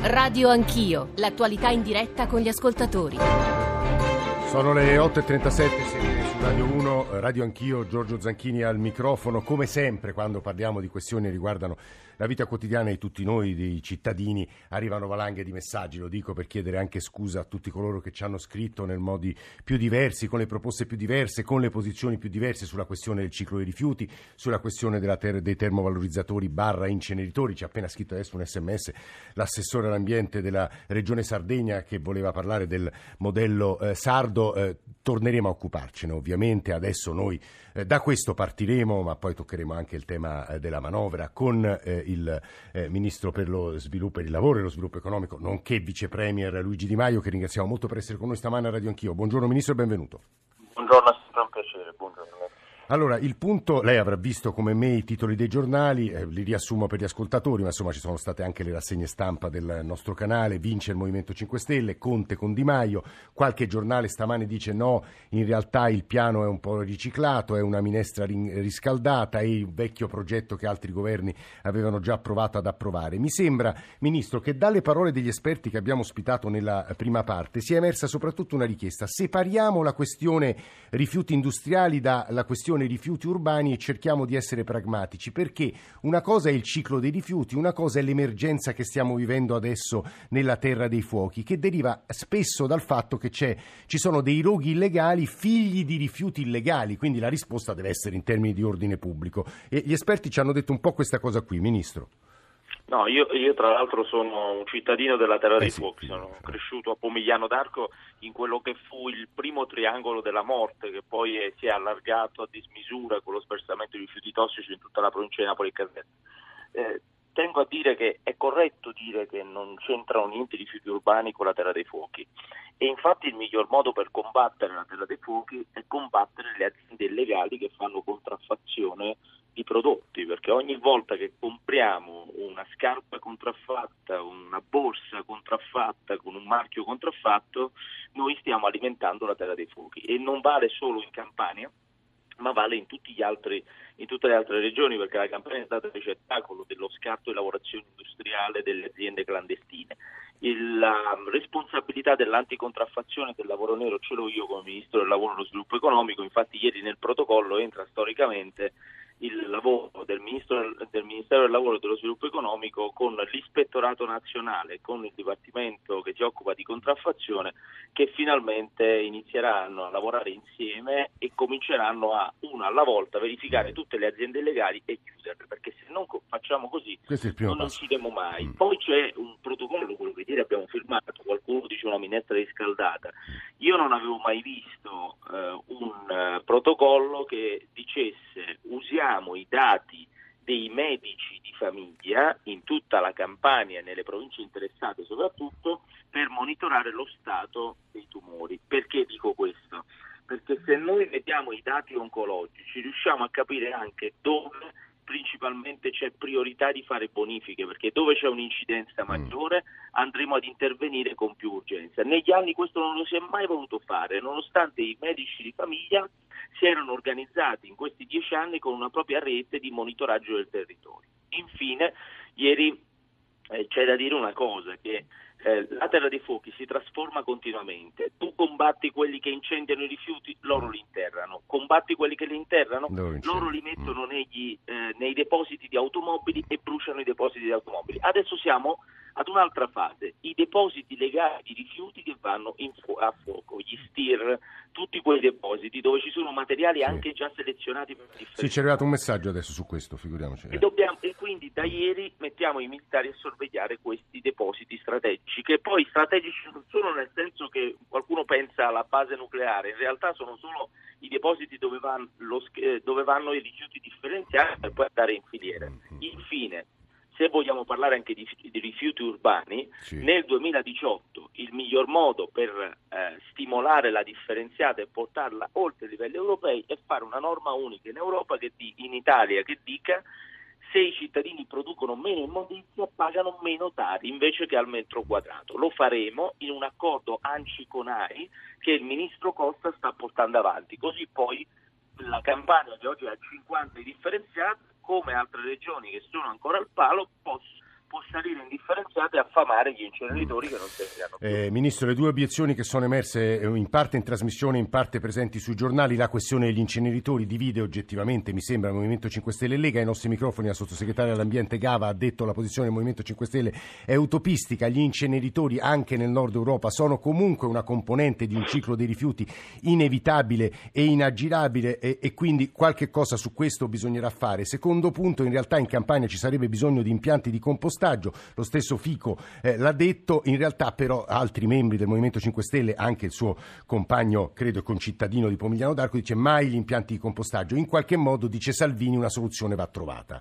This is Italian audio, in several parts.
Radio Anch'io, l'attualità in diretta con gli ascoltatori. Sono le 8.37, siete su Radio 1, Radio Anch'io, Giorgio Zanchini al microfono. Come sempre, quando parliamo di questioni che riguardano la vita quotidiana di tutti noi, dei cittadini, arrivano valanghe di messaggi. Lo dico per chiedere anche scusa a tutti coloro che ci hanno scritto nel modi più diversi, con le proposte più diverse, con le posizioni più diverse sulla questione del ciclo dei rifiuti, sulla questione dei termovalorizzatori / inceneritori. Ci ha appena scritto adesso un SMS l'assessore all'ambiente della Regione Sardegna che voleva parlare del modello sardo. Torneremo a occuparcene ovviamente. Adesso noi da questo partiremo, ma poi toccheremo anche il tema della manovra con il Ministro per lo Sviluppo e il Lavoro e lo Sviluppo Economico, nonché Vice Premier Luigi Di Maio, che ringraziamo molto per essere con noi stamane a Radio Anch'io. Buongiorno Ministro e benvenuto. Buongiorno, è sempre un piacere, buongiorno. Allora, il punto, lei avrà visto come me i titoli dei giornali, li riassumo per gli ascoltatori, ma insomma ci sono state anche le rassegne stampa del nostro canale. Vince il Movimento 5 Stelle, Conte con Di Maio, qualche giornale stamane dice no, in realtà il piano è un po' riciclato, è una minestra riscaldata, è il vecchio progetto che altri governi avevano già provato ad approvare. Mi sembra, Ministro, che dalle parole degli esperti che abbiamo ospitato nella prima parte sia emersa soprattutto una richiesta: separiamo la questione rifiuti industriali dalla questione rifiuti urbani e cerchiamo di essere pragmatici, perché una cosa è il ciclo dei rifiuti, una cosa è l'emergenza che stiamo vivendo adesso nella terra dei fuochi, che deriva spesso dal fatto che ci sono dei roghi illegali figli di rifiuti illegali, quindi la risposta deve essere in termini di ordine pubblico. E gli esperti ci hanno detto un po' questa cosa qui, Ministro. No, io tra l'altro sono un cittadino della Terra dei Fuochi, sì, sono cresciuto a Pomigliano d'Arco in quello che fu il primo triangolo della morte, che poi si è allargato a dismisura con lo sversamento di rifiuti tossici in tutta la provincia di Napoli e Caserta. Tengo a dire che è corretto dire che non c'entrano niente i rifiuti urbani con la Terra dei Fuochi, e infatti il miglior modo per combattere la Terra dei Fuochi è combattere le aziende illegali che fanno contraffazione di prodotti, perché ogni volta che compriamo una scarpa contraffatta, una borsa contraffatta con un marchio contraffatto, noi stiamo alimentando la Terra dei Fuochi, e non vale solo in Campania, ma vale in tutte le altre regioni, perché la Campania è stata ricettacolo dello scarto di lavorazione industriale delle aziende clandestine. La responsabilità dell'anticontraffazione del lavoro nero ce l'ho io come Ministro del Lavoro e dello Sviluppo Economico. Infatti ieri nel protocollo entra storicamente il lavoro del Ministero del Lavoro e dello Sviluppo Economico con l'Ispettorato Nazionale, con il Dipartimento che si occupa di contraffazione, che finalmente inizieranno a lavorare insieme e cominceranno a, una alla volta, verificare tutte le aziende illegali e chiuderle, perché se non facciamo così non usciremo mai. Poi c'è un protocollo, quello che ieri abbiamo firmato, qualcuno dice una minestra riscaldata. Io non avevo mai visto un protocollo che dicesse: usiamo i dati dei medici di famiglia in tutta la Campania e nelle province interessate soprattutto per monitorare lo stato dei tumori. Perché dico questo? Perché se noi vediamo i dati oncologici riusciamo a capire anche dove principalmente c'è priorità di fare bonifiche, perché dove c'è un'incidenza maggiore andremo ad intervenire con più urgenza. Negli anni questo non lo si è mai voluto fare, nonostante i medici di famiglia si erano organizzati in questi 10 anni con una propria rete di monitoraggio del territorio. Infine, ieri c'è da dire una cosa, che la Terra dei Fuochi si trasforma continuamente. Tu combatti quelli che incendiano i rifiuti, loro li interrano. Combatti quelli che li interrano, loro li mettono nei depositi di automobili e bruciano i depositi di automobili. Adesso siamo ad un'altra fase, i depositi legali di rifiuti che vanno a fuoco, gli STIR, tutti quei depositi dove ci sono materiali anche già selezionati per differenza. Sì, ci è arrivato un messaggio adesso su questo, figuriamoci. E quindi da ieri mettiamo i militari a sorvegliare questi depositi strategici, che poi strategici non sono nel senso che qualcuno pensa alla base nucleare, in realtà sono solo i depositi dove vanno i rifiuti differenziati per poi andare in filiera. Infine, se vogliamo parlare anche di rifiuti urbani, nel 2018 il miglior modo per stimolare la differenziata e portarla oltre i livelli europei è fare una norma unica in Europa in Italia che dica: se i cittadini producono meno immondizia pagano meno Tari invece che al metro quadrato. Lo faremo in un accordo ANCI-CONAI che il ministro Costa sta portando avanti, così poi la Campania, che oggi ha 50 differenziati, come altre regioni che sono ancora al palo, può salire indifferenziata e affamare gli inceneritori che non serviranno più. Ministro, le due obiezioni che sono emerse in parte in trasmissione, in parte presenti sui giornali, la questione degli inceneritori divide oggettivamente, mi sembra, il Movimento 5 Stelle e Lega. Ai nostri microfoni la sottosegretaria all'ambiente Gava ha detto la posizione del Movimento 5 Stelle è utopistica, gli inceneritori anche nel nord Europa sono comunque una componente di un ciclo dei rifiuti inevitabile e inaggirabile e quindi qualche cosa su questo bisognerà fare. Secondo punto, in realtà in Campania ci sarebbe bisogno di impianti di compostaggio, lo stesso Fico l'ha detto, in realtà però altri membri del Movimento 5 Stelle, anche il suo compagno, credo concittadino di Pomigliano d'Arco, dice mai gli impianti di compostaggio. In qualche modo, dice Salvini, una soluzione va trovata.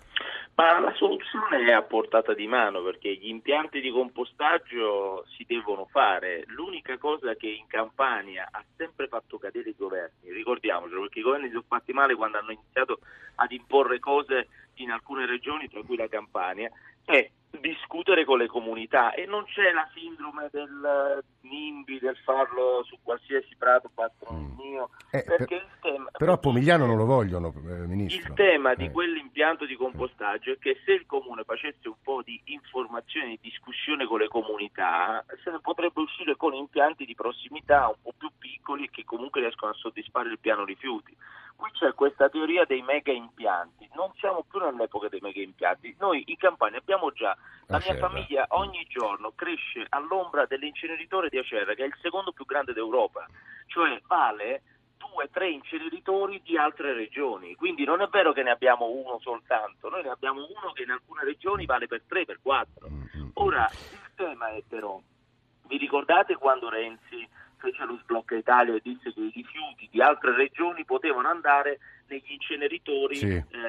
Ma la soluzione è a portata di mano, perché gli impianti di compostaggio si devono fare. L'unica cosa che in Campania ha sempre fatto cadere i governi, ricordiamocelo, perché i governi si sono fatti male quando hanno iniziato ad imporre cose in alcune regioni, tra cui la Campania, è discutere con le comunità, e non c'è la sindrome del NIMBY, del farlo su qualsiasi prato fatto mio, perché il tema, però a Pomigliano non lo vogliono, Ministro. Il tema di quell'impianto di compostaggio è che se il Comune facesse un po' di informazione e discussione con le comunità, se ne potrebbe uscire con impianti di prossimità un po' più piccoli e che comunque riescono a soddisfare il piano rifiuti. Qui c'è questa teoria dei mega impianti, non siamo più nell'epoca dei mega impianti. Noi in Campania abbiamo già, la mia famiglia ogni giorno cresce all'ombra dell'inceneritore di Acerra, che è il secondo più grande d'Europa, cioè vale 2-3 inceneritori di altre regioni, quindi non è vero che ne abbiamo uno soltanto, noi ne abbiamo uno che in alcune regioni vale per 3, per 4. Ora, il tema è però, vi ricordate quando Renzi fece lo sblocca Italia e disse che i rifiuti di altre regioni potevano andare negli inceneritori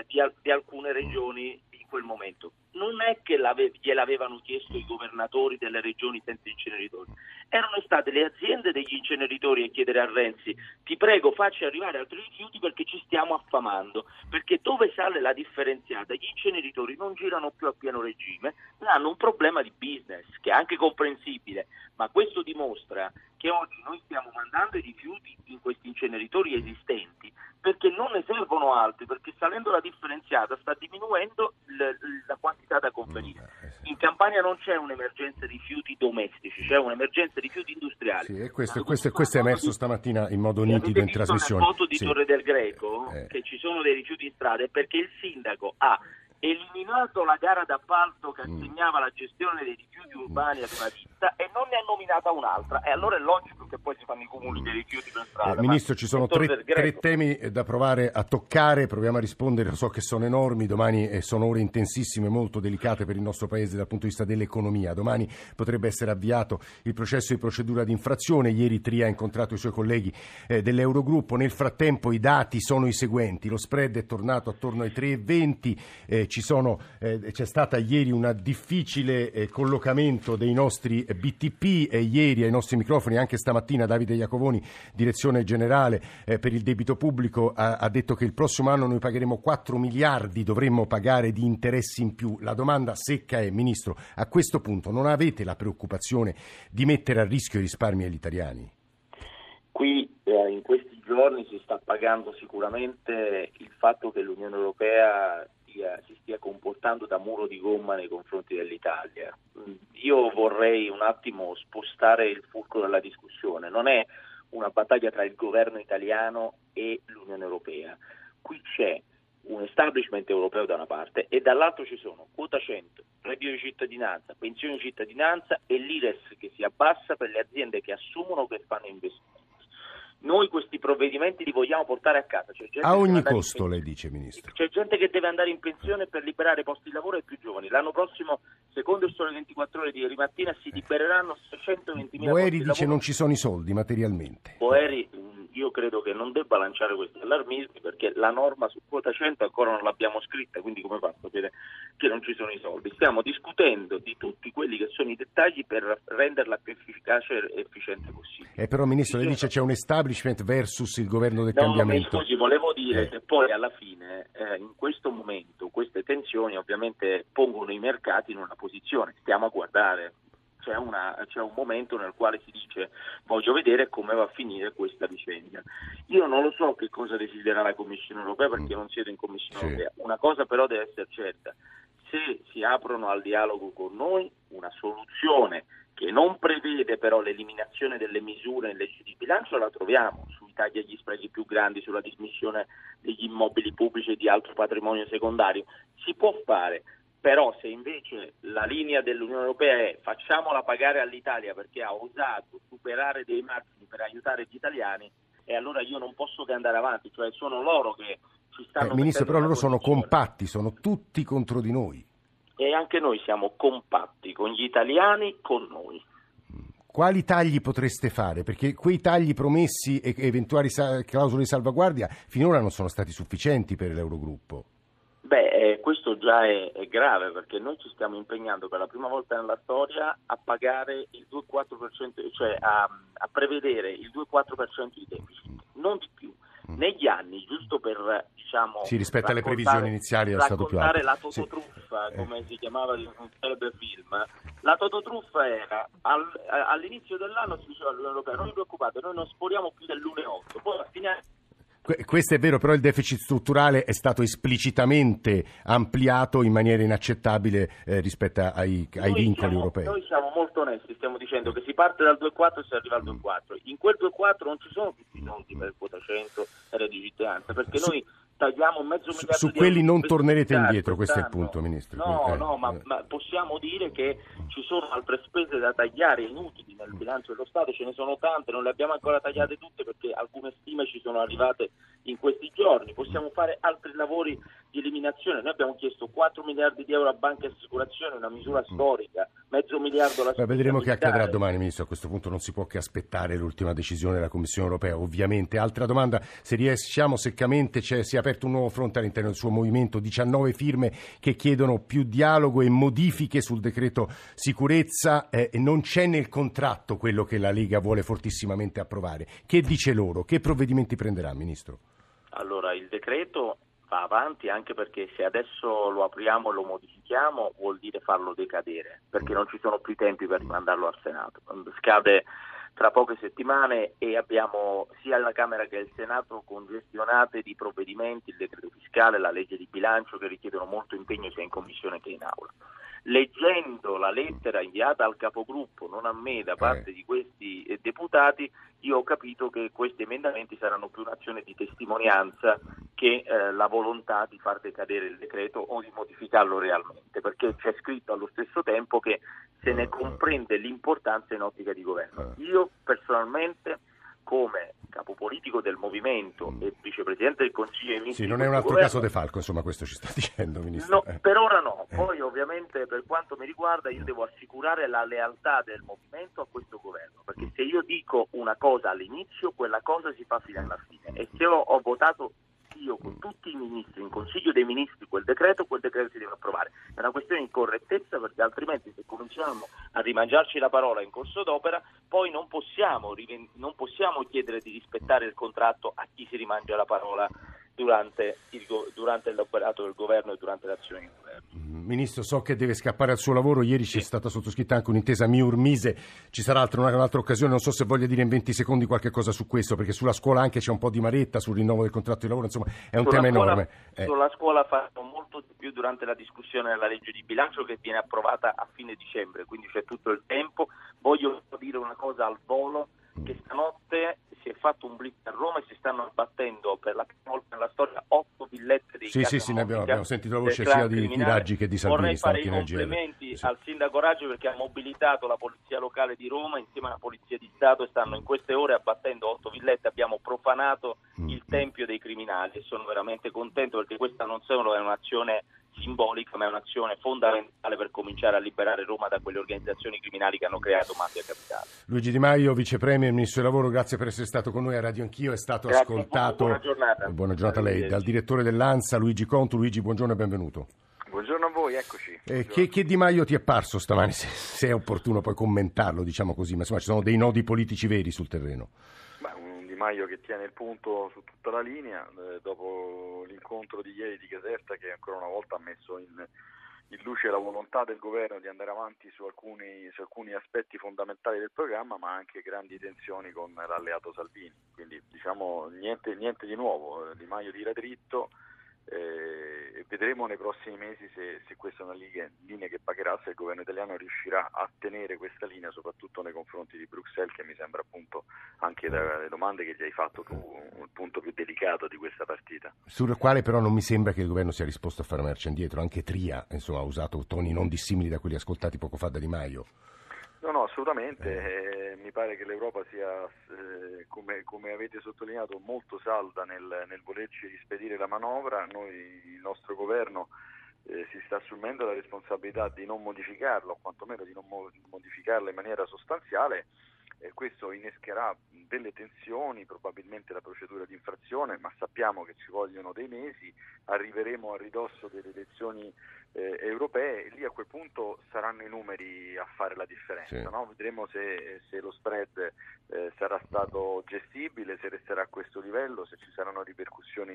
di alcune regioni in quel momento? Non è che gliel'avevano chiesto i governatori delle regioni senza inceneritori, erano state le aziende degli inceneritori a chiedere a Renzi: ti prego, facci arrivare altri rifiuti perché ci stiamo affamando, perché dove sale la differenziata gli inceneritori non girano più a pieno regime e hanno un problema di business che è anche comprensibile, ma questo dimostra che oggi noi stiamo mandando i rifiuti in questi inceneritori esistenti perché non ne servono altri, perché salendo la differenziata sta diminuendo la quantità da conferire. In Campania non c'è un'emergenza di rifiuti domestici, c'è un'emergenza di rifiuti industriali. Sì, e questo è emerso stamattina in modo nitido in trasmissione. La foto di Torre del Greco, che ci sono dei rifiuti in strada, è perché il sindaco ha eliminato la gara d'appalto che assegnava la gestione dei rifiuti urbani ad una ditta e non ne ha nominata un'altra, e allora è logico che poi si fanno i cumuli dei rifiuti per strada. Ministro, ci sono tre temi da provare a toccare, proviamo a rispondere, so che sono enormi, domani sono ore intensissime, molto delicate per il nostro Paese dal punto di vista dell'economia. Domani potrebbe essere avviato il processo di procedura di infrazione, ieri Tria ha incontrato i suoi colleghi dell'Eurogruppo, nel frattempo i dati sono i seguenti: lo spread è tornato attorno ai 3,20, c'è stata ieri un difficile collocamento dei nostri BTP, e ieri ai nostri microfoni, anche stamattina, Davide Iacovoni, direzione generale per il debito pubblico, ha detto che il prossimo anno noi pagheremo 4 miliardi, dovremmo pagare di interessi in più. La domanda secca è, Ministro, a questo punto non avete la preoccupazione di mettere a rischio i risparmi agli italiani? Qui in questi giorni si sta pagando sicuramente il fatto che l'Unione Europea si stia comportando da muro di gomma nei confronti dell'Italia. Io vorrei un attimo spostare il fulcro della discussione. Non è una battaglia tra il governo italiano e l'Unione Europea. Qui c'è un establishment europeo da una parte e dall'altro ci sono quota 100, reddito di cittadinanza, pensione di cittadinanza e l'IRES che si abbassa per le aziende che assumono o che fanno investimenti. Noi questi provvedimenti li vogliamo portare a casa. C'è gente a ogni costo, lei dice, Ministro. C'è gente che deve andare in pensione per liberare posti di lavoro ai più giovani. L'anno prossimo, secondo il Sole 24 Ore di ieri mattina, si libereranno 620.000 Boeri dice non ci sono i soldi materialmente. Boeri, io credo che non debba lanciare questi allarmismi, perché la norma su quota 100 ancora non l'abbiamo scritta, quindi come fa a sapere che non ci sono i soldi? Stiamo discutendo di tutti quelli che sono i dettagli per renderla più efficace e efficiente possibile. Però, Ministro, lei dice c'è un establishment versus il governo del cambiamento. Scusi, volevo dire che poi alla fine in questo momento queste tensioni ovviamente pongono i mercati in una posizione, stiamo a guardare. C'è un momento nel quale si dice voglio vedere come va a finire questa vicenda. Io non lo so che cosa deciderà la Commissione europea, perché non siedo in Commissione europea. Una cosa però deve essere certa: se si aprono al dialogo con noi, una soluzione che non prevede però l'eliminazione delle misure in legge di bilancio la troviamo, sui tagli agli sprechi più grandi, sulla dismissione degli immobili pubblici e di altro patrimonio secondario, si può fare. Però se invece la linea dell'Unione Europea è facciamola pagare all'Italia perché ha osato superare dei margini per aiutare gli italiani, e allora io non posso che andare avanti, cioè sono loro che ci stanno Ministro, però loro sono condizione. compatti, sono tutti contro di noi. E anche noi siamo compatti con gli italiani, con noi. Quali tagli potreste fare? Perché quei tagli promessi e eventuali clausole di salvaguardia finora non sono stati sufficienti per l'Eurogruppo. Questo già è grave, perché noi ci stiamo impegnando per la prima volta nella storia a pagare il 2,4%, cioè a prevedere il 2,4% di deficit, non di più. Negli anni, giusto per sì, rispetto alle previsioni iniziali era stato più alto. Raccontare la tototruffa, come si chiamava in un celebre film, la tototruffa era all'inizio dell'anno si diceva all'Unione Europea: non vi preoccupate, noi non sporiamo più dell'1,8, poi a fine. Questo è vero, però il deficit strutturale è stato esplicitamente ampliato in maniera inaccettabile rispetto ai vincoli europei. Noi siamo molto onesti, stiamo dicendo che si parte dal 2,4 e si arriva al 2,4. In quel 2,4 non ci sono tutti i soldi per il quota 100 e reddito di cittadinanza, perché noi tagliamo mezzo miliardo su di quelli euro non tornerete indietro, questo è il punto, Ministro. Ma possiamo dire che ci sono altre spese da tagliare inutili nel bilancio dello Stato, ce ne sono tante, non le abbiamo ancora tagliate tutte perché alcune stime ci sono arrivate in questi giorni. Possiamo fare altri lavori di eliminazione. Noi abbiamo chiesto 4 miliardi di euro a banche e assicurazioni, una misura storica, mezzo miliardo alla spesa vedremo militare. che accadrà domani, Ministro. A questo punto non si può che aspettare l'ultima decisione della Commissione Europea, ovviamente. Altra domanda: se riusciamo seccamente, si è aperto un nuovo fronte all'interno del suo movimento, 19 firme che chiedono più dialogo e modifiche sul decreto sicurezza, e non c'è nel contratto quello che la Lega vuole fortissimamente approvare. Che dice loro? Che provvedimenti prenderà, Ministro? Allora, il decreto va avanti, anche perché se adesso lo apriamo e lo modifichiamo vuol dire farlo decadere, perché non ci sono più tempi per mandarlo al Senato. Scade tra poche settimane e abbiamo sia la Camera che il Senato congestionate di provvedimenti, il decreto fiscale, la legge di bilancio, che richiedono molto impegno sia in Commissione che in Aula. Leggendo la lettera inviata al capogruppo, non a me, da parte di questi deputati, io ho capito che questi emendamenti saranno più un'azione di testimonianza che la volontà di far decadere il decreto o di modificarlo realmente, perché c'è scritto allo stesso tempo che se ne comprende l'importanza in ottica di governo. Io personalmente, come capo politico del movimento e vicepresidente del Consiglio dei Ministri... Sì, non è un altro caso De Falco, insomma, questo ci sta dicendo, Ministro. No, per ora no. Poi ovviamente per quanto mi riguarda io devo assicurare la lealtà del movimento a questo governo, perché se io dico una cosa all'inizio, quella cosa si fa fino alla fine, e se ho votato io con tutti i ministri in Consiglio dei Ministri quel decreto si deve approvare. È una questione di correttezza, perché altrimenti se cominciamo a rimangiarci la parola in corso d'opera poi non possiamo chiedere di rispettare il contratto a chi si rimangia la parola durante l'operato del governo e durante l'azione del governo. Ministro, so che deve scappare al suo lavoro. Ieri c'è stata sottoscritta anche un'intesa MIUR-Mise. Ci sarà un'altra occasione, non so se voglia dire in 20 secondi qualche cosa su questo, perché sulla scuola anche c'è un po' di maretta sul rinnovo del contratto di lavoro, insomma è un tema enorme. Sulla scuola fanno molto di più durante la discussione della legge di bilancio, che viene approvata a fine dicembre, quindi c'è tutto il tempo. Voglio dire una cosa al volo, che stanotte si è fatto un blitz a Roma e si stanno abbattendo per la prima volta nella storia 8 villette dei Sì, ne abbiamo sentito la voce sia di Raggi che di Salvini. Vorrei fare i complimenti al sindaco Raggi, perché ha mobilitato la polizia locale di Roma insieme alla polizia di Stato e stanno in queste ore abbattendo 8 villette. Abbiamo profanato il tempio dei criminali e sono veramente contento, perché questa non solo è un'azione simbolica, ma è un'azione fondamentale per cominciare a liberare Roma da quelle organizzazioni criminali che hanno creato mafia capitale. Luigi Di Maio, Vice Premier, Ministro del Lavoro, grazie per essere stato con noi a Radio Anch'io. È stato ascoltato. Buona giornata A lei. Dal direttore dell'ANSA, Luigi Contu. Luigi, buongiorno e benvenuto. Buongiorno a voi, eccoci. Che Di Maio ti è parso stamani? Se è opportuno poi commentarlo, diciamo così, ma insomma ci sono dei nodi politici veri sul terreno. Un Di Maio che tiene il punto su tutta la linea, dopo l'incontro di ieri di Caserta, che ancora una volta ha messo in luce la volontà del governo di andare avanti su alcuni aspetti fondamentali del programma, ma anche grandi tensioni con l'alleato Salvini. Quindi diciamo niente di nuovo, Di Maio tira dritto e vedremo nei prossimi mesi se questa è una linea che pagherà, se il governo italiano riuscirà a tenere questa linea, soprattutto nei confronti di Bruxelles, che mi sembra appunto anche dalle domande che gli hai fatto tu il punto più delicato di questa partita. Sul quale però non mi sembra che il governo sia disposto a fare marcia indietro. Anche Tria, insomma, ha usato toni non dissimili da quelli ascoltati poco fa da Di Maio. No, assolutamente. Mi pare che l'Europa sia, come avete sottolineato, molto salda nel volerci rispedire la manovra. Il nostro governo si sta assumendo la responsabilità di non modificarla, o quantomeno di non modificarla in maniera sostanziale. Questo innescherà delle tensioni, probabilmente la procedura di infrazione, ma sappiamo che ci vogliono dei mesi, arriveremo a ridosso delle elezioni europee, e lì a quel punto saranno i numeri a fare la differenza, sì. No? Vedremo se lo spread sarà stato gestibile, se resterà a questo livello, se ci saranno ripercussioni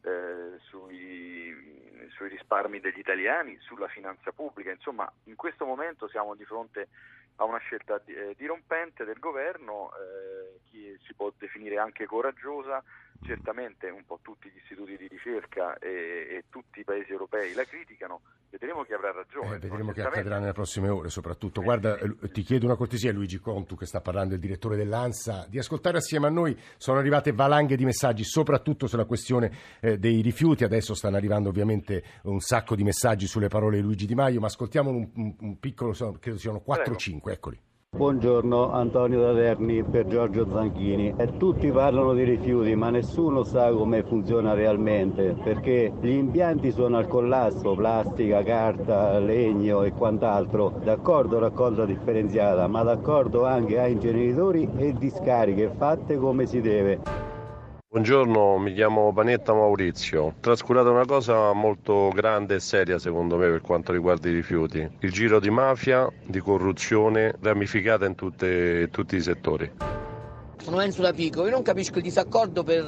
sui risparmi degli italiani, sulla finanza pubblica. Insomma, in questo momento siamo di fronte a una scelta dirompente del governo, che si può definire anche coraggiosa. Certamente un po' tutti gli istituti di ricerca e tutti i paesi europei la criticano. Vedremo chi avrà ragione. Vedremo che accadrà nelle prossime ore soprattutto. Guarda, ti chiedo una cortesia, Luigi Contu, che sta parlando, il direttore dell'ANSA, di ascoltare assieme a noi. Sono arrivate valanghe di messaggi, soprattutto sulla questione dei rifiuti. Adesso stanno arrivando ovviamente un sacco di messaggi sulle parole di Luigi Di Maio, ma ascoltiamo un piccolo, credo siano 4-5, eccoli. Buongiorno, Antonio da Terni per Giorgio Zanchini. Tutti parlano di rifiuti, ma nessuno sa come funziona realmente, perché gli impianti sono al collasso, plastica, carta, legno e quant'altro. D'accordo raccolta differenziata, ma d'accordo anche a inceneritori e discariche fatte come si deve. Buongiorno, mi chiamo Panetta Maurizio. Trascurata una cosa molto grande e seria secondo me per quanto riguarda i rifiuti. Il giro di mafia, di corruzione ramificata in tutti i settori. Sono Enzo da Pico, io non capisco il disaccordo per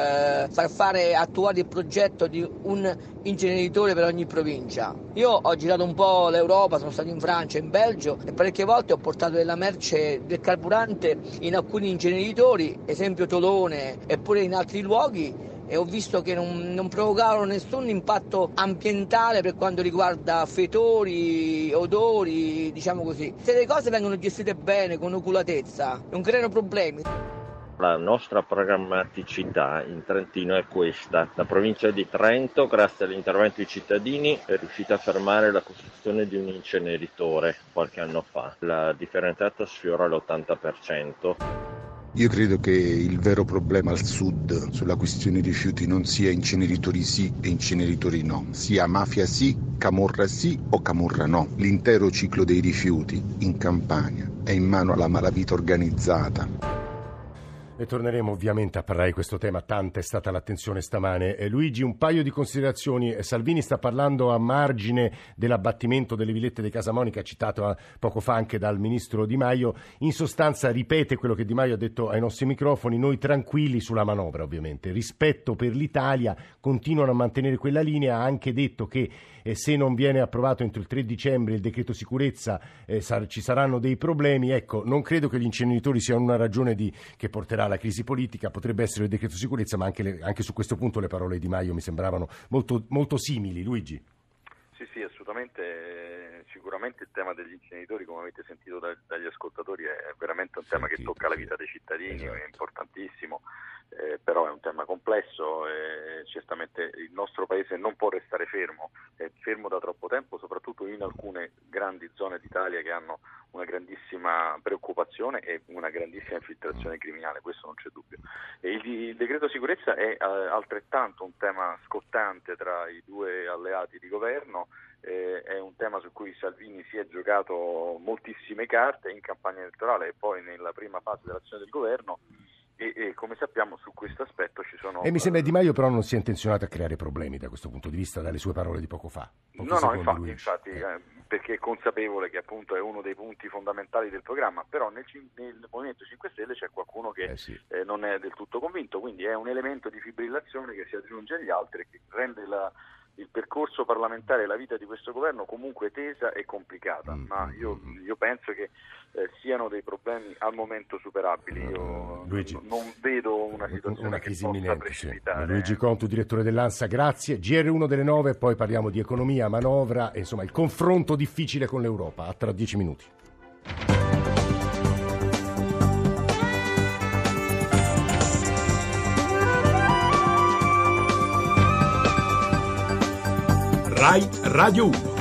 far attuare il progetto di un inceneritore per ogni provincia. Io ho girato un po' l'Europa, sono stato in Francia, in Belgio, e parecchie volte ho portato della merce, del carburante in alcuni inceneritori, esempio Tolone, eppure in altri luoghi, e ho visto che non provocavano nessun impatto ambientale per quanto riguarda fetori, odori, diciamo così. Se le cose vengono gestite bene, con oculatezza, non creano problemi. La nostra programmaticità in Trentino è questa. La provincia di Trento, grazie all'intervento dei cittadini, è riuscita a fermare la costruzione di un inceneritore qualche anno fa. La differenziata sfiora l'80%. Io credo che il vero problema al sud sulla questione rifiuti non sia inceneritori sì e inceneritori no, sia mafia sì, camorra sì o camorra no. L'intero ciclo dei rifiuti in Campania è in mano alla malavita organizzata. E torneremo ovviamente a parlare di questo tema, tanta è stata l'attenzione stamane. Luigi, un paio di considerazioni. Salvini sta parlando a margine dell'abbattimento delle villette di Casa Monica, citato poco fa anche dal ministro Di Maio. In sostanza ripete quello che Di Maio ha detto ai nostri microfoni: noi tranquilli sulla manovra, ovviamente. Rispetto per l'Italia, continuano a mantenere quella linea. Ha anche detto che se non viene approvato entro il 3 dicembre il decreto sicurezza ci saranno dei problemi. Ecco, non credo che gli inceneritori siano una ragione che porterà alla crisi politica, potrebbe essere il decreto sicurezza, ma anche su questo punto le parole di Maio mi sembravano molto, molto simili. Luigi? Sì, assolutamente. Sicuramente il tema degli inceneritori, come avete sentito dagli ascoltatori, è veramente un tema che tocca la vita dei cittadini, esatto. È importantissimo, però è un tema complesso e certamente il nostro Paese non può restare fermo, è fermo da troppo tempo, soprattutto in alcune grandi zone d'Italia che hanno una grandissima preoccupazione e una grandissima infiltrazione criminale, questo non c'è dubbio. E il decreto sicurezza è altrettanto un tema scottante tra i due alleati di governo. È un tema su cui Salvini si è giocato moltissime carte in campagna elettorale e poi nella prima fase dell'azione del governo e come sappiamo su questo aspetto ci sono... E mi sembra Di Maio però non sia intenzionato a creare problemi da questo punto di vista, dalle sue parole di poco fa. No, infatti perché è consapevole che appunto è uno dei punti fondamentali del programma, però nel Movimento 5 Stelle c'è qualcuno che non è del tutto convinto, quindi è un elemento di fibrillazione che si aggiunge agli altri e che rende il percorso parlamentare e la vita di questo governo comunque tesa e complicata, ma io penso che siano dei problemi al momento superabili. Io non vedo una situazione che possa precipitare. Luigi Contu, direttore dell'ANSA, grazie. GR1 delle 9, poi parliamo di economia, manovra e insomma il confronto difficile con l'Europa. A tra 10 minuti. Rai Radio 1.